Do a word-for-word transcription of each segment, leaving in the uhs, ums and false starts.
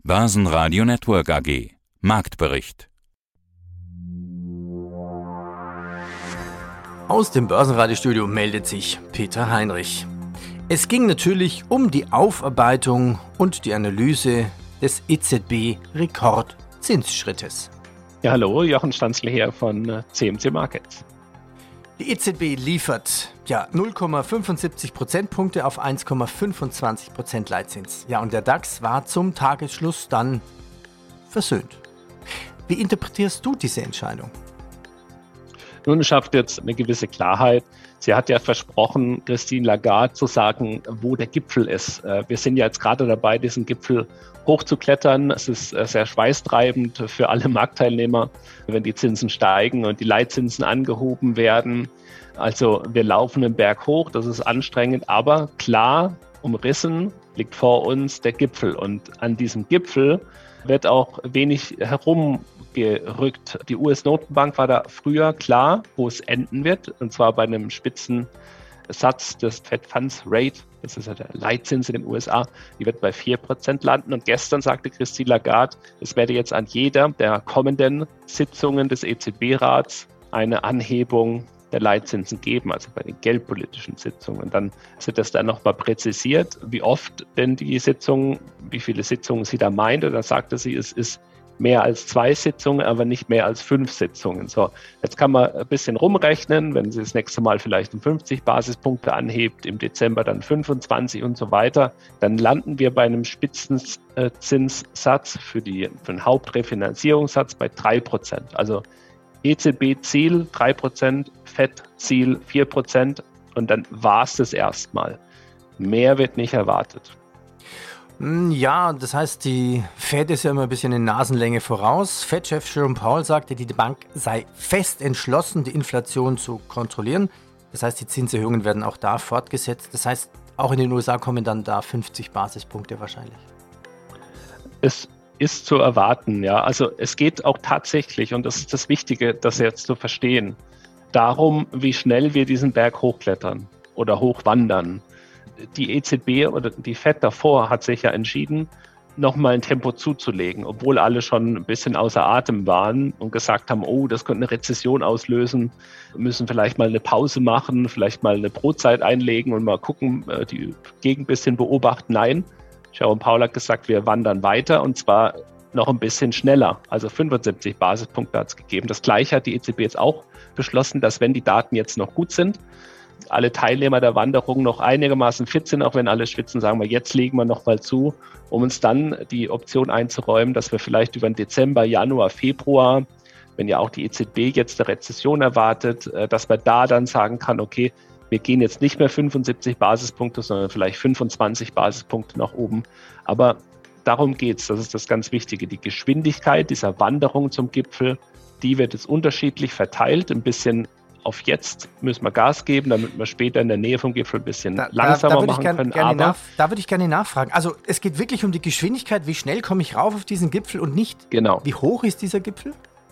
Börsenradio Network A G. Marktbericht. Aus dem Börsenradiostudio meldet sich Peter Heinrich. Es ging natürlich um die Aufarbeitung und die Analyse des E Z B-Rekordzinsschrittes. Ja, hallo, Jochen Stanzle hier von C M C Markets. Die E Z B liefert ja null Komma fünfundsiebzig Prozentpunkte auf eins Komma fünfundzwanzig Prozent Leitzins. Ja, und der DAX war zum Tagesschluss dann versöhnt. Wie interpretierst du diese Entscheidung? Nun schafft jetzt eine gewisse Klarheit. Sie hat ja versprochen, Christine Lagarde zu sagen, wo der Gipfel ist. Wir sind ja jetzt gerade dabei, diesen Gipfel hochzuklettern. Es ist sehr schweißtreibend für alle Marktteilnehmer, wenn die Zinsen steigen und die Leitzinsen angehoben werden. Also wir laufen den Berg hoch, das ist anstrengend, aber klar umrissen liegt vor uns der Gipfel. Und an diesem Gipfel wird auch wenig herumgerückt. Die U S-Notenbank war da früher klar, wo es enden wird, und zwar bei einem Spitzensatz des Fed Funds Rate, das ist ja der Leitzins in den U S A, die wird bei vier Prozent landen. Und gestern sagte Christine Lagarde, es werde jetzt an jeder der kommenden Sitzungen des E Z B-Rats eine Anhebung der Leitzinsen geben, also bei den geldpolitischen Sitzungen. Und dann wird das dann nochmal präzisiert, wie oft denn die Sitzungen, wie viele Sitzungen sie da meinte. Da sagte sie, es ist mehr als zwei Sitzungen, aber nicht mehr als fünf Sitzungen. So, jetzt kann man ein bisschen rumrechnen, wenn sie das nächste Mal vielleicht um fünfzig Basispunkte anhebt, im Dezember dann fünfundzwanzig und so weiter, dann landen wir bei einem Spitzenzinssatz für, die, für den Hauptrefinanzierungssatz bei drei Prozent. Also E Z B-Ziel drei Prozent, Fed-Ziel vier Prozent und dann war es das erstmal. Mehr wird nicht erwartet. Ja, das heißt, die Fed ist ja immer ein bisschen in Nasenlänge voraus. Fed-Chef Jerome Powell sagte, die Bank sei fest entschlossen, die Inflation zu kontrollieren. Das heißt, die Zinserhöhungen werden auch da fortgesetzt. Das heißt, auch in den U S A kommen dann da fünfzig Basispunkte wahrscheinlich. Es ist zu erwarten, ja. Also es geht auch tatsächlich, und das ist das Wichtige, das jetzt zu verstehen, darum, wie schnell wir diesen Berg hochklettern oder hochwandern. Die E Z B oder die Fed davor hat sich ja entschieden, nochmal ein Tempo zuzulegen, obwohl alle schon ein bisschen außer Atem waren und gesagt haben, oh, das könnte eine Rezession auslösen, wir müssen vielleicht mal eine Pause machen, vielleicht mal eine Brotzeit einlegen und mal gucken, die Gegend ein bisschen beobachten. Nein, Jerome Powell hat gesagt, wir wandern weiter und zwar noch ein bisschen schneller. Also fünfundsiebzig Basispunkte hat es gegeben. Das Gleiche hat die E Z B jetzt auch beschlossen, dass wenn die Daten jetzt noch gut sind, alle Teilnehmer der Wanderung noch einigermaßen fit sind, auch wenn alle schwitzen, sagen wir, jetzt legen wir noch mal zu, um uns dann die Option einzuräumen, dass wir vielleicht über den Dezember, Januar, Februar, wenn ja auch die E Z B jetzt eine Rezession erwartet, dass man da dann sagen kann, okay, wir gehen jetzt nicht mehr fünfundsiebzig Basispunkte, sondern vielleicht fünfundzwanzig Basispunkte nach oben. Aber darum geht's. Das ist das ganz Wichtige. Die Geschwindigkeit dieser Wanderung zum Gipfel, die wird jetzt unterschiedlich verteilt. Ein bisschen auf jetzt müssen wir Gas geben, damit wir später in der Nähe vom Gipfel ein bisschen da, langsamer da, da machen gern, können. Gerne aber nach, da würde ich gerne nachfragen. Also es geht wirklich um die Geschwindigkeit. Wie schnell komme ich rauf auf diesen Gipfel und nicht, genau. Wie hoch ist dieser Gipfel?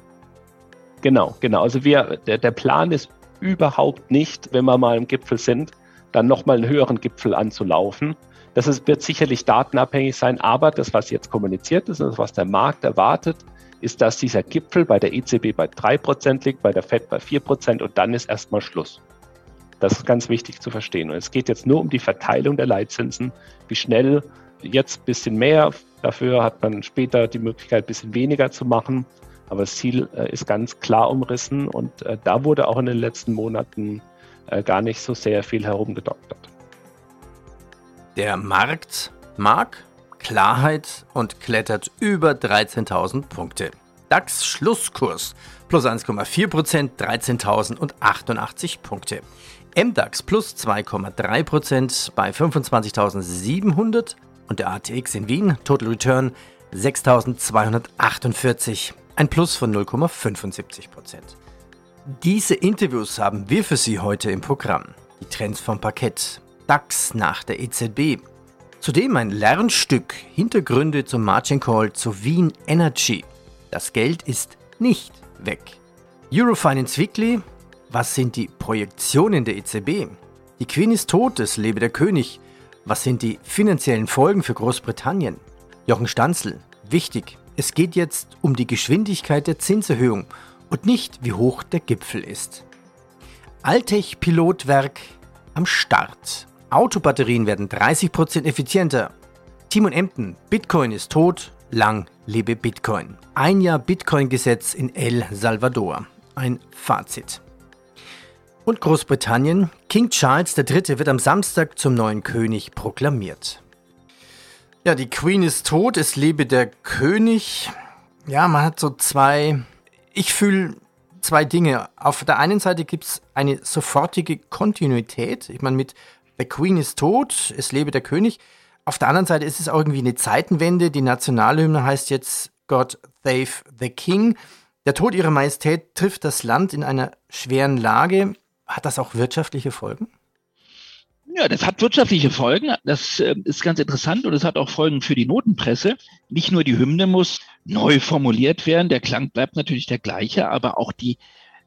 Genau, genau. Also wir, der, der Plan ist überhaupt nicht, wenn wir mal im Gipfel sind, dann nochmal einen höheren Gipfel anzulaufen. Das ist, wird sicherlich datenabhängig sein, aber das, was jetzt kommuniziert ist und das, was der Markt erwartet, ist, dass dieser Gipfel bei der E Z B bei drei Prozent liegt, bei der Fed bei vier Prozent und dann ist erstmal Schluss. Das ist ganz wichtig zu verstehen. Und es geht jetzt nur um die Verteilung der Leitzinsen, wie schnell, jetzt ein bisschen mehr, dafür hat man später die Möglichkeit, ein bisschen weniger zu machen. Aber das Ziel äh, ist ganz klar umrissen und äh, da wurde auch in den letzten Monaten äh, gar nicht so sehr viel herumgedoktert. Der Markt mag Klarheit und klettert über dreizehntausend Punkte. DAX-Schlusskurs plus eins Komma vier Prozent, dreizehntausendachtzig Punkte. M DAX plus zwei Komma drei Prozent bei fünfundzwanzigtausendsiebenhundert und der A T X in Wien, Total Return sechstausendzweihundertachtundvierzig. Ein Plus von null Komma fünfundsiebzig Prozent. Diese Interviews haben wir für Sie heute im Programm. Die Trends vom Parkett, DAX nach der E Z B. Zudem ein Lernstück, Hintergründe zum Margin Call zu Wien Energy. Das Geld ist nicht weg. Eurofinance Weekly, was sind die Projektionen der E Z B? Die Queen ist tot, es lebe der König. Was sind die finanziellen Folgen für Großbritannien? Jochen Stanzl, Wichtig, es geht jetzt um die Geschwindigkeit der Zinserhöhung und nicht, wie hoch der Gipfel ist. Altech-Pilotwerk am Start. Autobatterien werden dreißig Prozent effizienter. Timon Emden, Bitcoin ist tot, lang lebe Bitcoin. Ein Jahr Bitcoin-Gesetz in El Salvador. Ein Fazit. Und Großbritannien, King Charles der Dritte wird am Samstag zum neuen König proklamiert. Ja, die Queen ist tot, es lebe der König. Ja, man hat so zwei, ich fühle zwei Dinge. Auf der einen Seite gibt es eine sofortige Kontinuität. Ich meine, mit The Queen ist tot, es lebe der König. Auf der anderen Seite ist es auch irgendwie eine Zeitenwende. Die Nationalhymne heißt jetzt God Save the King. Der Tod ihrer Majestät trifft das Land in einer schweren Lage. Hat das auch wirtschaftliche Folgen? Ja, das hat wirtschaftliche Folgen. Das äh, ist ganz interessant und es hat auch Folgen für die Notenpresse. Nicht nur die Hymne muss neu formuliert werden, der Klang bleibt natürlich der gleiche, aber auch die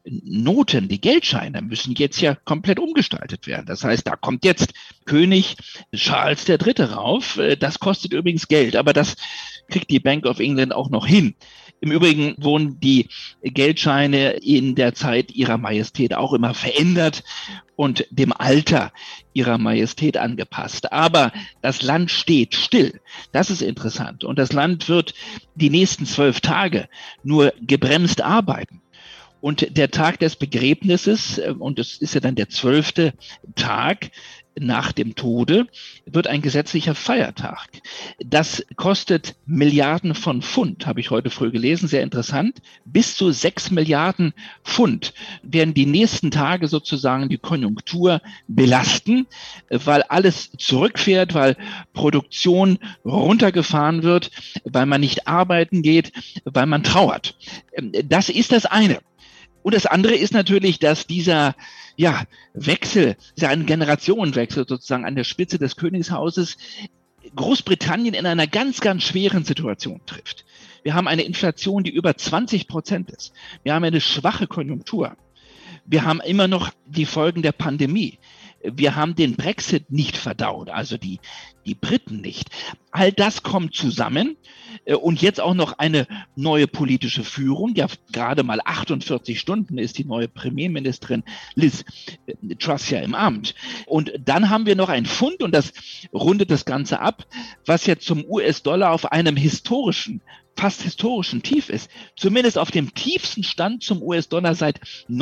Noten, die Geldscheine müssen jetzt ja komplett umgestaltet werden. Das heißt, da kommt jetzt König Charles der Dritte rauf. Das kostet übrigens Geld, aber das kriegt die Bank of England auch noch hin. Im Übrigen wurden die Geldscheine in der Zeit ihrer Majestät auch immer verändert und dem Alter ihrer Majestät angepasst. Aber das Land steht still. Das ist interessant. Und das Land wird die nächsten zwölf Tage nur gebremst arbeiten. Und der Tag des Begräbnisses, und das ist ja dann der zwölfte Tag nach dem Tode, wird ein gesetzlicher Feiertag. Das kostet Milliarden von Pfund, habe ich heute früh gelesen, sehr interessant. Bis zu sechs Milliarden Pfund werden die nächsten Tage sozusagen die Konjunktur belasten, weil alles zurückfährt, weil Produktion runtergefahren wird, weil man nicht arbeiten geht, weil man trauert. Das ist das eine. Und das andere ist natürlich, dass dieser ja, Wechsel, dieser ein Generationenwechsel sozusagen an der Spitze des Königshauses Großbritannien in einer ganz, ganz schweren Situation trifft. Wir haben eine Inflation, die über zwanzig Prozent ist. Wir haben eine schwache Konjunktur. Wir haben immer noch die Folgen der Pandemie. Wir haben den Brexit nicht verdaut, also die, die Briten nicht. All das kommt zusammen und jetzt auch noch eine neue politische Führung. Ja, gerade mal achtundvierzig Stunden ist die neue Premierministerin Liz Truss ja im Amt. Und dann haben wir noch ein Pfund und das rundet das Ganze ab, was jetzt zum U S-Dollar auf einem historischen fast historischen Tief ist, zumindest auf dem tiefsten Stand zum U S-Dollar seit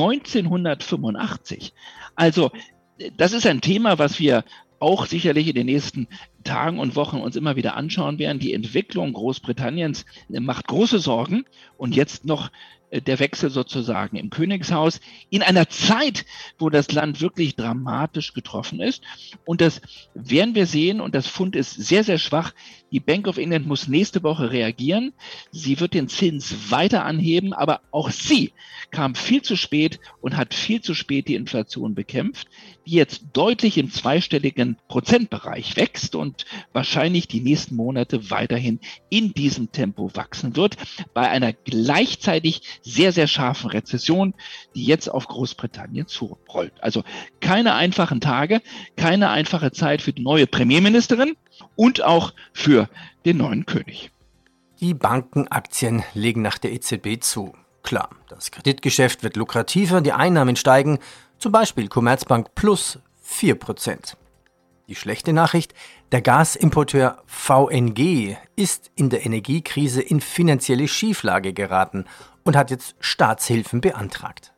neunzehnhundertfünfundachtzig. Also das ist ein Thema, was wir auch sicherlich in den nächsten Tagen und Wochen uns immer wieder anschauen werden. Die Entwicklung Großbritanniens macht große Sorgen und jetzt noch der Wechsel sozusagen im Königshaus in einer Zeit, wo das Land wirklich dramatisch getroffen ist. Und das werden wir sehen und das Pfund ist sehr, sehr schwach. Die Bank of England muss nächste Woche reagieren. Sie wird den Zins weiter anheben, aber auch sie kam viel zu spät und hat viel zu spät die Inflation bekämpft, die jetzt deutlich im zweistelligen Prozentbereich wächst und wahrscheinlich die nächsten Monate weiterhin in diesem Tempo wachsen wird, bei einer gleichzeitig sehr, sehr scharfen Rezession, die jetzt auf Großbritannien zurollt. Also keine einfachen Tage, keine einfache Zeit für die neue Premierministerin und auch für den neuen König. Die Bankenaktien legen nach der E Z B zu. Klar, das Kreditgeschäft wird lukrativer, die Einnahmen steigen, zum Beispiel Commerzbank plus vier Prozent. Die schlechte Nachricht, der Gasimporteur V N G ist in der Energiekrise in finanzielle Schieflage geraten und hat jetzt Staatshilfen beantragt.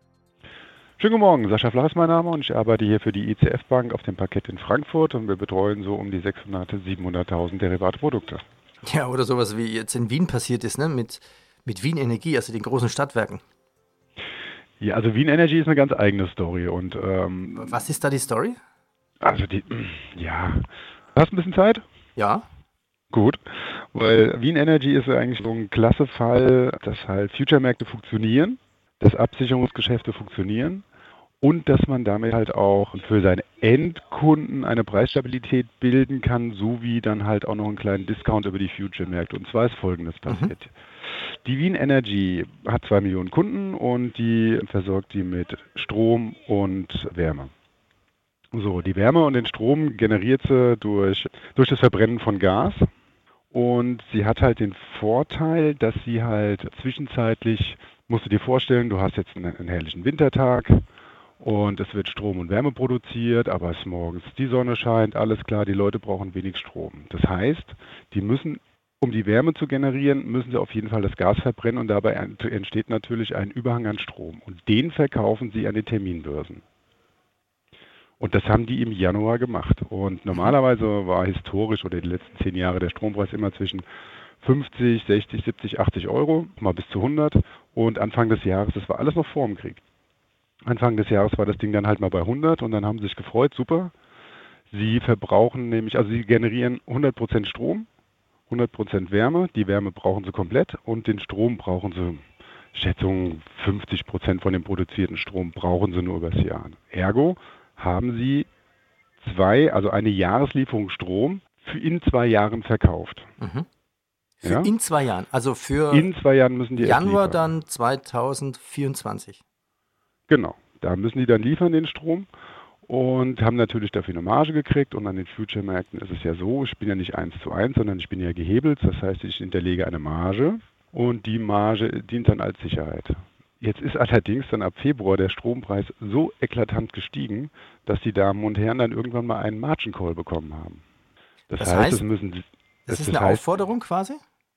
Schönen guten Morgen, Sascha Flach ist mein Name und ich arbeite hier für die I C F Bank auf dem Parkett in Frankfurt und wir betreuen so um die sechshunderttausend, siebenhunderttausend Derivatprodukte. Ja, oder sowas wie jetzt in Wien passiert ist, ne? mit, mit Wien Energie, also den großen Stadtwerken. Ja, also Wien Energy ist eine ganz eigene Story und ähm, was ist da die Story? Also die, ja, hast du ein bisschen Zeit? Ja. Gut, weil Wien Energy ist ja eigentlich so ein klasse Fall, dass halt Future-Märkte funktionieren, dass Absicherungsgeschäfte funktionieren und dass man damit halt auch für seine Endkunden eine Preisstabilität bilden kann, sowie dann halt auch noch einen kleinen Discount über die Future-Märkte. Und zwar ist Folgendes passiert. Mhm. Die Wien Energy hat zwei Millionen Kunden und die versorgt die mit Strom und Wärme. So, die Wärme und den Strom generiert sie durch, durch das Verbrennen von Gas. Und sie hat halt den Vorteil, dass sie halt zwischenzeitlich, musst du dir vorstellen, du hast jetzt einen, einen herrlichen Wintertag und es wird Strom und Wärme produziert, aber es morgens die Sonne scheint, alles klar, die Leute brauchen wenig Strom. Das heißt, die müssen, um die Wärme zu generieren, müssen sie auf jeden Fall das Gas verbrennen und dabei entsteht natürlich ein Überhang an Strom. Und den verkaufen sie an den Terminbörsen. Und das haben die im Januar gemacht. Und normalerweise war historisch oder die letzten zehn Jahre der Strompreis immer zwischen fünfzig, sechzig, siebzig, achtzig Euro, mal bis zu hundert. Und Anfang des Jahres, das war alles noch vor dem Krieg. Anfang des Jahres war das Ding dann halt mal bei hundert und dann haben sie sich gefreut, super. Sie verbrauchen nämlich, also sie generieren hundert Prozent Strom, hundert Prozent Wärme. Die Wärme brauchen sie komplett und den Strom brauchen sie, Schätzung fünfzig Prozent von dem produzierten Strom brauchen sie nur übers Jahr. Ergo haben sie zwei, also eine Jahreslieferung Strom für in zwei Jahren verkauft. Mhm. Für Ja? in zwei Jahren, also für In zwei Jahren müssen die erst Januar liefern. dann zweitausendvierundzwanzig. Genau, da müssen die dann liefern, den Strom, und haben natürlich dafür eine Marge gekriegt. Und an den Future-Märkten ist es ja so, ich bin ja nicht eins zu eins, sondern ich bin ja gehebelt. Das heißt, ich hinterlege eine Marge und die Marge dient dann als Sicherheit. Jetzt ist allerdings dann ab Februar der Strompreis so eklatant gestiegen, dass die Damen und Herren dann irgendwann mal einen Margin Call bekommen haben. Das, Das heißt, heißt, es müssen, Das, das, ist das eine heißt, Aufforderung quasi?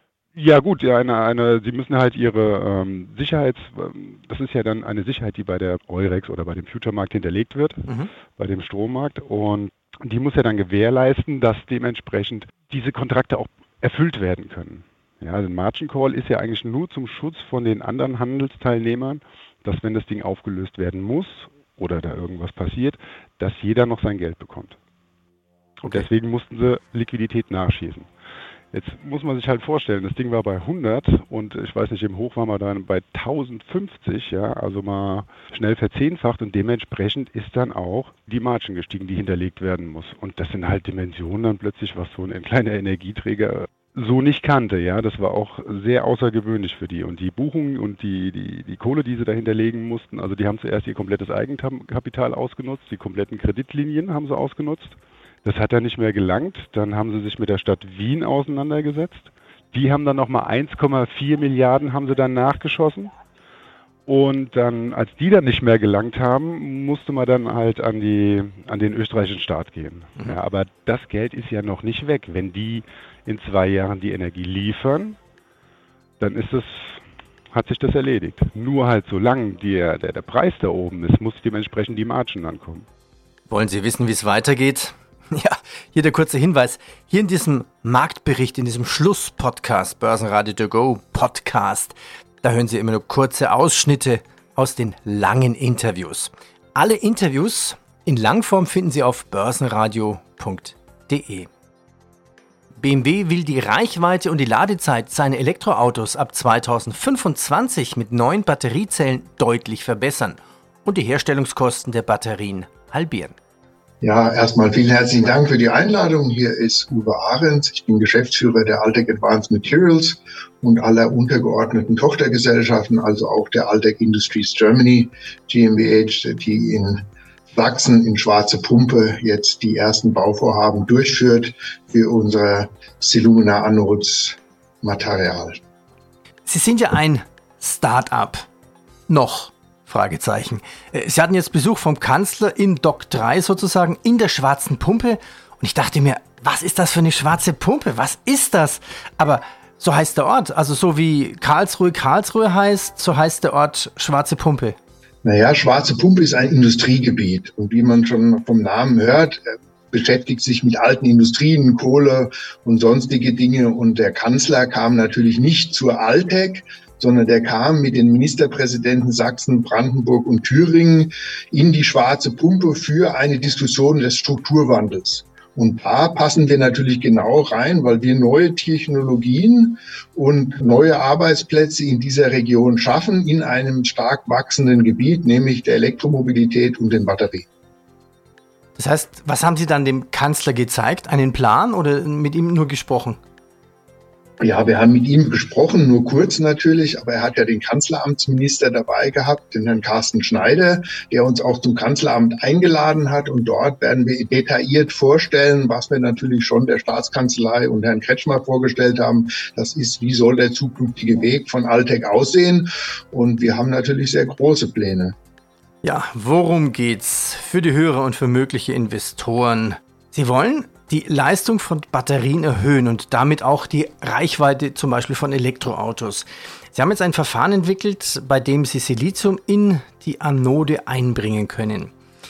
ja gut, ja, eine, eine, sie müssen halt ihre ähm, Sicherheits, ähm, das ist ja dann eine Sicherheit, die bei der Eurex oder bei dem Future-Markt hinterlegt wird, Mhm. bei dem Strommarkt, und die muss ja dann gewährleisten, dass dementsprechend diese Kontrakte auch erfüllt werden können. Ja, also ein Margin Call ist ja eigentlich nur zum Schutz von den anderen Handelsteilnehmern, dass wenn das Ding aufgelöst werden muss oder da irgendwas passiert, dass jeder noch sein Geld bekommt. Und Okay. deswegen mussten sie Liquidität nachschießen. Jetzt muss man sich halt vorstellen, das Ding war bei hundert und ich weiß nicht, im Hoch waren wir dann bei tausendfünfzig, ja, also mal schnell verzehnfacht, und dementsprechend ist dann auch die Margin gestiegen, die hinterlegt werden muss. Und das sind halt Dimensionen dann plötzlich, was so ein kleiner Energieträger so nicht kannte, ja. Das war auch sehr außergewöhnlich für die. Und die Buchungen und die, die, die Kohle, die sie da hinterlegen mussten, also die haben zuerst ihr komplettes Eigenkapital ausgenutzt, die kompletten Kreditlinien haben sie ausgenutzt. Das hat dann nicht mehr gelangt. Dann haben sie sich mit der Stadt Wien auseinandergesetzt. Die haben dann nochmal eins Komma vier Milliarden haben sie dann nachgeschossen. Und dann, als die dann nicht mehr gelangt haben, musste man dann halt an die, an den österreichischen Staat gehen. Mhm. Ja, aber das Geld ist ja noch nicht weg. Wenn die in zwei Jahren die Energie liefern, dann ist es, hat sich das erledigt. Nur halt solange der, der, der Preis da oben ist, muss dementsprechend die Margen dann kommen. Wollen Sie wissen, wie es weitergeht? Ja, hier der kurze Hinweis. Hier in diesem Marktbericht, in diesem Schlusspodcast, Börsenradio to go Podcast, da hören Sie immer nur kurze Ausschnitte aus den langen Interviews. Alle Interviews in Langform finden Sie auf börsenradio punkt de. B M W will die Reichweite und die Ladezeit seiner Elektroautos ab zweitausendfünfundzwanzig mit neuen Batteriezellen deutlich verbessern und die Herstellungskosten der Batterien halbieren. Ja, erstmal vielen herzlichen Dank für die Einladung. Hier ist Uwe Ahrens. Ich bin Geschäftsführer der Altec Advanced Materials und aller untergeordneten Tochtergesellschaften, also auch der Altec Industries Germany GmbH, die in Sachsen in Schwarze Pumpe jetzt die ersten Bauvorhaben durchführt für unser Silumina Anodes Material. Sie sind ja ein Start-up. Noch. Fragezeichen. Sie hatten jetzt Besuch vom Kanzler in Dock drei sozusagen, in der Schwarzen Pumpe. Und ich dachte mir, was ist das für eine schwarze Pumpe? Was ist das? Aber so heißt der Ort. Also so wie Karlsruhe Karlsruhe heißt, so heißt der Ort Schwarze Pumpe. Naja, Schwarze Pumpe ist ein Industriegebiet. Und wie man schon vom Namen hört, beschäftigt sich mit alten Industrien, Kohle und sonstige Dinge. Und der Kanzler kam natürlich nicht zur Altec, sondern der kam mit den Ministerpräsidenten Sachsen, Brandenburg und Thüringen in die Schwarze Pumpe für eine Diskussion des Strukturwandels. Und da passen wir natürlich genau rein, weil wir neue Technologien und neue Arbeitsplätze in dieser Region schaffen, in einem stark wachsenden Gebiet, nämlich der Elektromobilität und den Batterien. Das heißt, was haben Sie dann dem Kanzler gezeigt? Einen Plan oder mit ihm nur gesprochen? Ja, wir haben mit ihm gesprochen, nur kurz natürlich, aber er hat ja den Kanzleramtsminister dabei gehabt, den Herrn Carsten Schneider, der uns auch zum Kanzleramt eingeladen hat. Und dort werden wir detailliert vorstellen, was wir natürlich schon der Staatskanzlei und Herrn Kretschmer vorgestellt haben. Das ist, wie soll der zukünftige Weg von Altec aussehen? Und wir haben natürlich sehr große Pläne. Ja, worum geht's für die Hörer und für mögliche Investoren? Sie wollen die Leistung von Batterien erhöhen und damit auch die Reichweite zum Beispiel von Elektroautos. Sie haben jetzt ein Verfahren entwickelt, bei dem Sie Silizium in die Anode einbringen können.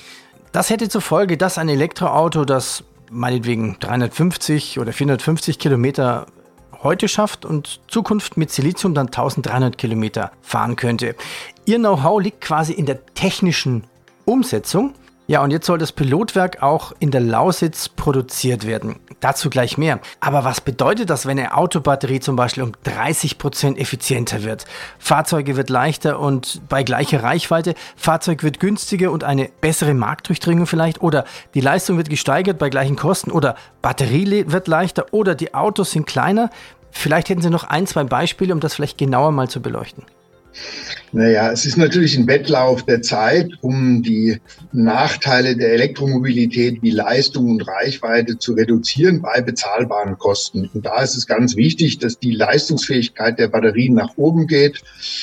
Das hätte zur Folge, dass ein Elektroauto, das meinetwegen dreihundertfünfzig oder vierhundertfünfzig Kilometer heute schafft und Zukunft mit Silizium dann eintausenddreihundert Kilometer fahren könnte. Ihr Know-how liegt quasi in der technischen Umsetzung. Ja, und jetzt soll das Pilotwerk auch in der Lausitz produziert werden. Dazu gleich mehr. Aber was bedeutet das, wenn eine Autobatterie zum Beispiel um dreißig Prozent effizienter wird? Fahrzeuge wird leichter und bei gleicher Reichweite, Fahrzeug wird günstiger und eine bessere Marktdurchdringung vielleicht, oder die Leistung wird gesteigert bei gleichen Kosten, oder Batterie wird leichter, oder die Autos sind kleiner. Vielleicht hätten Sie noch ein, zwei Beispiele, um das vielleicht genauer mal zu beleuchten. Naja, es ist natürlich ein Wettlauf der Zeit, um die Nachteile der Elektromobilität wie Leistung und Reichweite zu reduzieren bei bezahlbaren Kosten. Und da ist es ganz wichtig, dass die Leistungsfähigkeit der Batterien nach oben geht.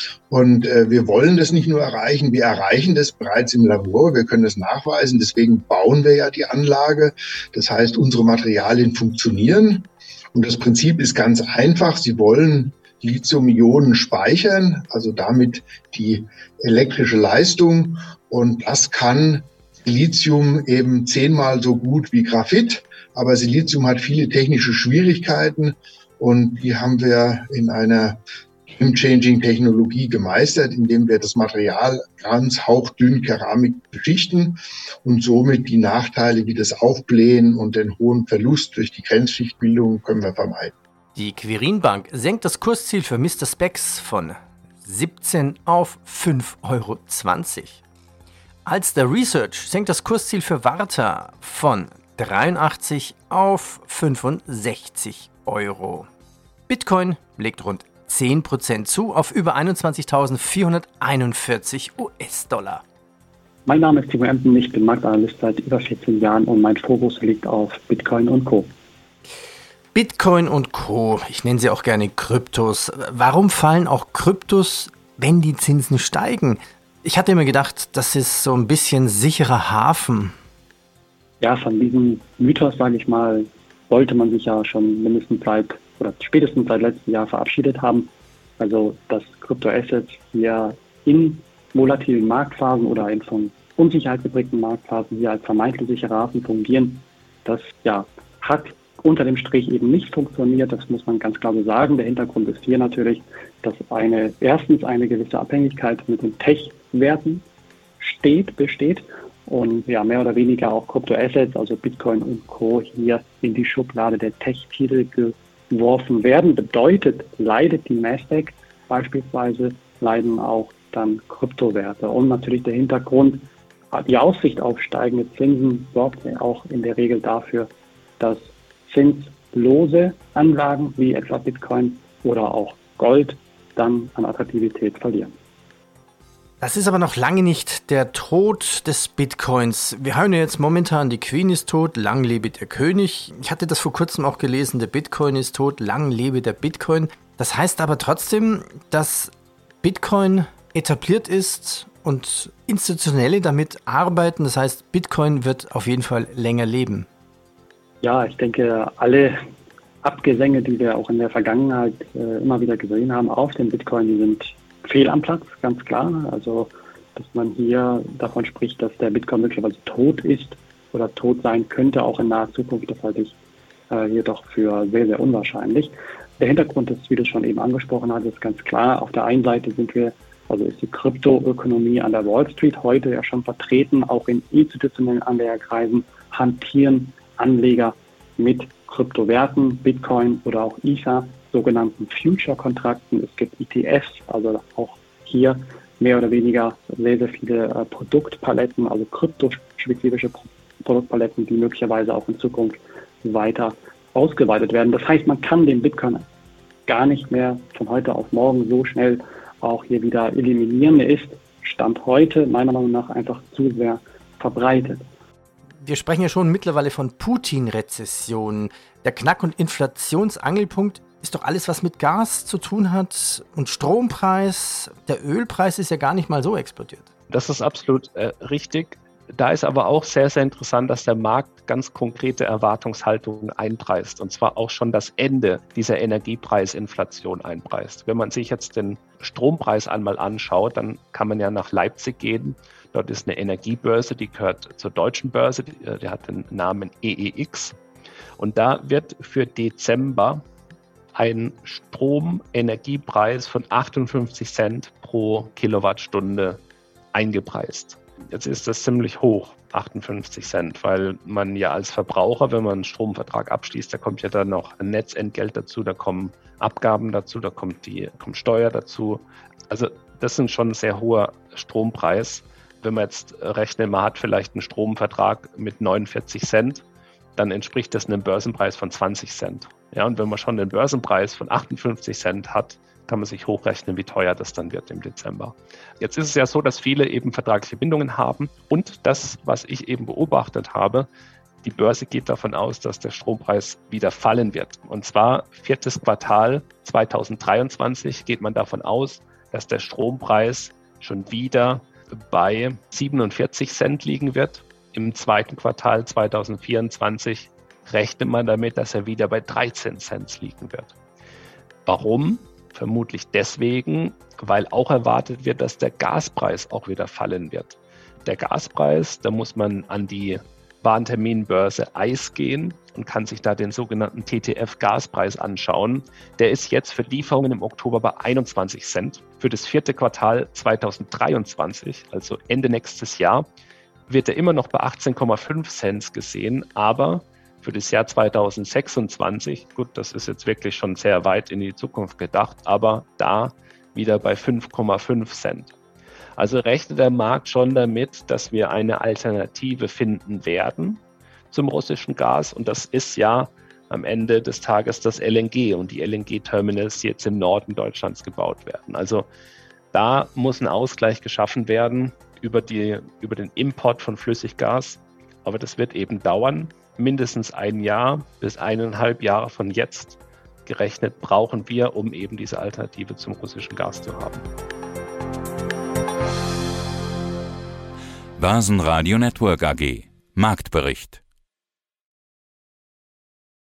Und äh, wir wollen das nicht nur erreichen, wir erreichen das bereits im Labor, wir können das nachweisen, deswegen bauen wir ja die Anlage. Das heißt, unsere Materialien funktionieren. Und das Prinzip ist ganz einfach, Sie wollen Lithium-Ionen speichern, also damit die elektrische Leistung. Und das kann Silizium eben zehnmal so gut wie Graphit. Aber Silizium hat viele technische Schwierigkeiten und die haben wir in einer Game-Changing-Technologie gemeistert, indem wir das Material ganz hauchdünn Keramik beschichten und somit die Nachteile wie das Aufblähen und den hohen Verlust durch die Grenzschichtbildung können wir vermeiden. Die Quirin Bank senkt das Kursziel für Mister Spex von siebzehn auf fünf Euro zwanzig. Alster Research senkt das Kursziel für Varta von dreiundachtzig auf fünfundsechzig Euro. Bitcoin legt rund zehn Prozent zu auf über einundzwanzigtausendvierhunderteinundvierzig U S-Dollar. Mein Name ist Timo Emden, ich bin Marktanalyst seit über vierzehn Jahren und mein Fokus liegt auf Bitcoin und Co. Bitcoin und Co., ich nenne sie auch gerne Kryptos. Warum fallen auch Kryptos, wenn die Zinsen steigen? Ich hatte immer gedacht, das ist so ein bisschen sicherer Hafen. Ja, von diesem Mythos, sage ich mal, wollte man sich ja schon mindestens seit oder spätestens seit letztem Jahr verabschiedet haben. Also, dass Kryptoassets hier in volatilen Marktphasen oder in von Unsicherheit geprägten Marktphasen hier als vermeintlich sichere Hafen fungieren, das ja, hat unter dem Strich eben nicht funktioniert, das muss man ganz klar so sagen. Der Hintergrund ist hier natürlich, dass eine erstens eine gewisse Abhängigkeit mit den Tech-Werten steht, besteht und ja mehr oder weniger auch Kryptoassets, also Bitcoin und Co. hier in die Schublade der Tech-Titel geworfen werden. Bedeutet, leidet die Nasdaq beispielsweise, leiden auch dann Kryptowerte. Und natürlich der Hintergrund, die Aussicht auf steigende Zinsen sorgt ja auch in der Regel dafür, dass zinslose Anlagen wie etwa Bitcoin oder auch Gold dann an Attraktivität verlieren. Das ist aber noch lange nicht der Tod des Bitcoins. Wir hören ja jetzt momentan, die Queen ist tot, lang lebe der König. Ich hatte das vor kurzem auch gelesen, der Bitcoin ist tot, lang lebe der Bitcoin. Das heißt aber trotzdem, dass Bitcoin etabliert ist und Institutionelle damit arbeiten. Das heißt, Bitcoin wird auf jeden Fall länger leben. Ja, ich denke, alle Abgesänge, die wir auch in der Vergangenheit äh, immer wieder gesehen haben auf dem Bitcoin, die sind fehl am Platz, ganz klar. Also, dass man hier davon spricht, dass der Bitcoin möglicherweise tot ist oder tot sein könnte, auch in naher Zukunft, das halte ich äh, hier doch für sehr, sehr unwahrscheinlich. Der Hintergrund ist, wie du schon eben angesprochen hast, ist ganz klar. Auf der einen Seite sind wir, also ist die Kryptoökonomie an der Wall Street heute ja schon vertreten, auch in institutionellen Anlegerkreisen hantieren Anleger mit Kryptowerten, Bitcoin oder auch Ether, sogenannten Future-Kontrakten. Es gibt E T Fs, also auch hier mehr oder weniger sehr, sehr viele äh, Produktpaletten, also kryptospezifische Pro- Produktpaletten, die möglicherweise auch in Zukunft weiter ausgeweitet werden. Das heißt, man kann den Bitcoin gar nicht mehr von heute auf morgen so schnell auch hier wieder eliminieren. Er ist Stand heute meiner Meinung nach einfach zu sehr verbreitet. Wir sprechen ja schon mittlerweile von Putin-Rezession. Der Knack- und Inflationsangelpunkt ist doch alles, was mit Gas zu tun hat und Strompreis. Der Ölpreis ist ja gar nicht mal so explodiert. Das ist absolut äh, richtig. Da ist aber auch sehr, sehr interessant, dass der Markt ganz konkrete Erwartungshaltungen einpreist, und zwar auch schon das Ende dieser Energiepreisinflation einpreist. Wenn man sich jetzt den Strompreis einmal anschaut, dann kann man ja nach Leipzig gehen. Dort ist eine Energiebörse, die gehört zur deutschen Börse, die, die hat den Namen E E X. Und da wird für Dezember ein Stromenergiepreis von achtundfünfzig Cent pro Kilowattstunde eingepreist. Jetzt ist das ziemlich hoch, achtundfünfzig Cent, weil man ja als Verbraucher, wenn man einen Stromvertrag abschließt, da kommt ja dann noch ein Netzentgelt dazu, da kommen Abgaben dazu, da kommt die kommt Steuer dazu. Also das ist schon ein sehr hoher Strompreis. Wenn man jetzt rechnet, man hat vielleicht einen Stromvertrag mit neunundvierzig Cent, dann entspricht das einem Börsenpreis von zwanzig Cent. Ja, und wenn man schon den Börsenpreis von achtundfünfzig Cent hat, kann man sich hochrechnen, wie teuer das dann wird im Dezember. Jetzt ist es ja so, dass viele eben vertragliche Bindungen haben, und das, was ich eben beobachtet habe, die Börse geht davon aus, dass der Strompreis wieder fallen wird. Und zwar viertes Quartal zweitausenddreiundzwanzig geht man davon aus, dass der Strompreis schon wieder bei siebenundvierzig Cent liegen wird. Im zweiten Quartal zweitausendvierundzwanzig rechnet man damit, dass er wieder bei dreizehn Cent liegen wird. Warum? Vermutlich deswegen, weil auch erwartet wird, dass der Gaspreis auch wieder fallen wird. Der Gaspreis, da muss man an die Warenterminbörse I C E gehen und kann sich da den sogenannten T T F-Gaspreis anschauen. Der ist jetzt für Lieferungen im Oktober bei einundzwanzig Cent. Für das vierte Quartal zweitausenddreiundzwanzig, also Ende nächstes Jahr, wird er immer noch bei achtzehn Komma fünf Cent gesehen, aber für das Jahr zweitausendsechsundzwanzig, gut, das ist jetzt wirklich schon sehr weit in die Zukunft gedacht, aber da wieder bei fünf Komma fünf Cent. Also rechnet der Markt schon damit, dass wir eine Alternative finden werden zum russischen Gas, und das ist ja am Ende des Tages das L N G und die L N G-Terminals, die jetzt im Norden Deutschlands gebaut werden. Also da muss ein Ausgleich geschaffen werden über, die, über den Import von Flüssiggas, aber das wird eben dauern. Mindestens ein Jahr bis eineinhalb Jahre von jetzt gerechnet brauchen wir, um eben diese Alternative zum russischen Gas zu haben. Börsenradio Network A G. Marktbericht.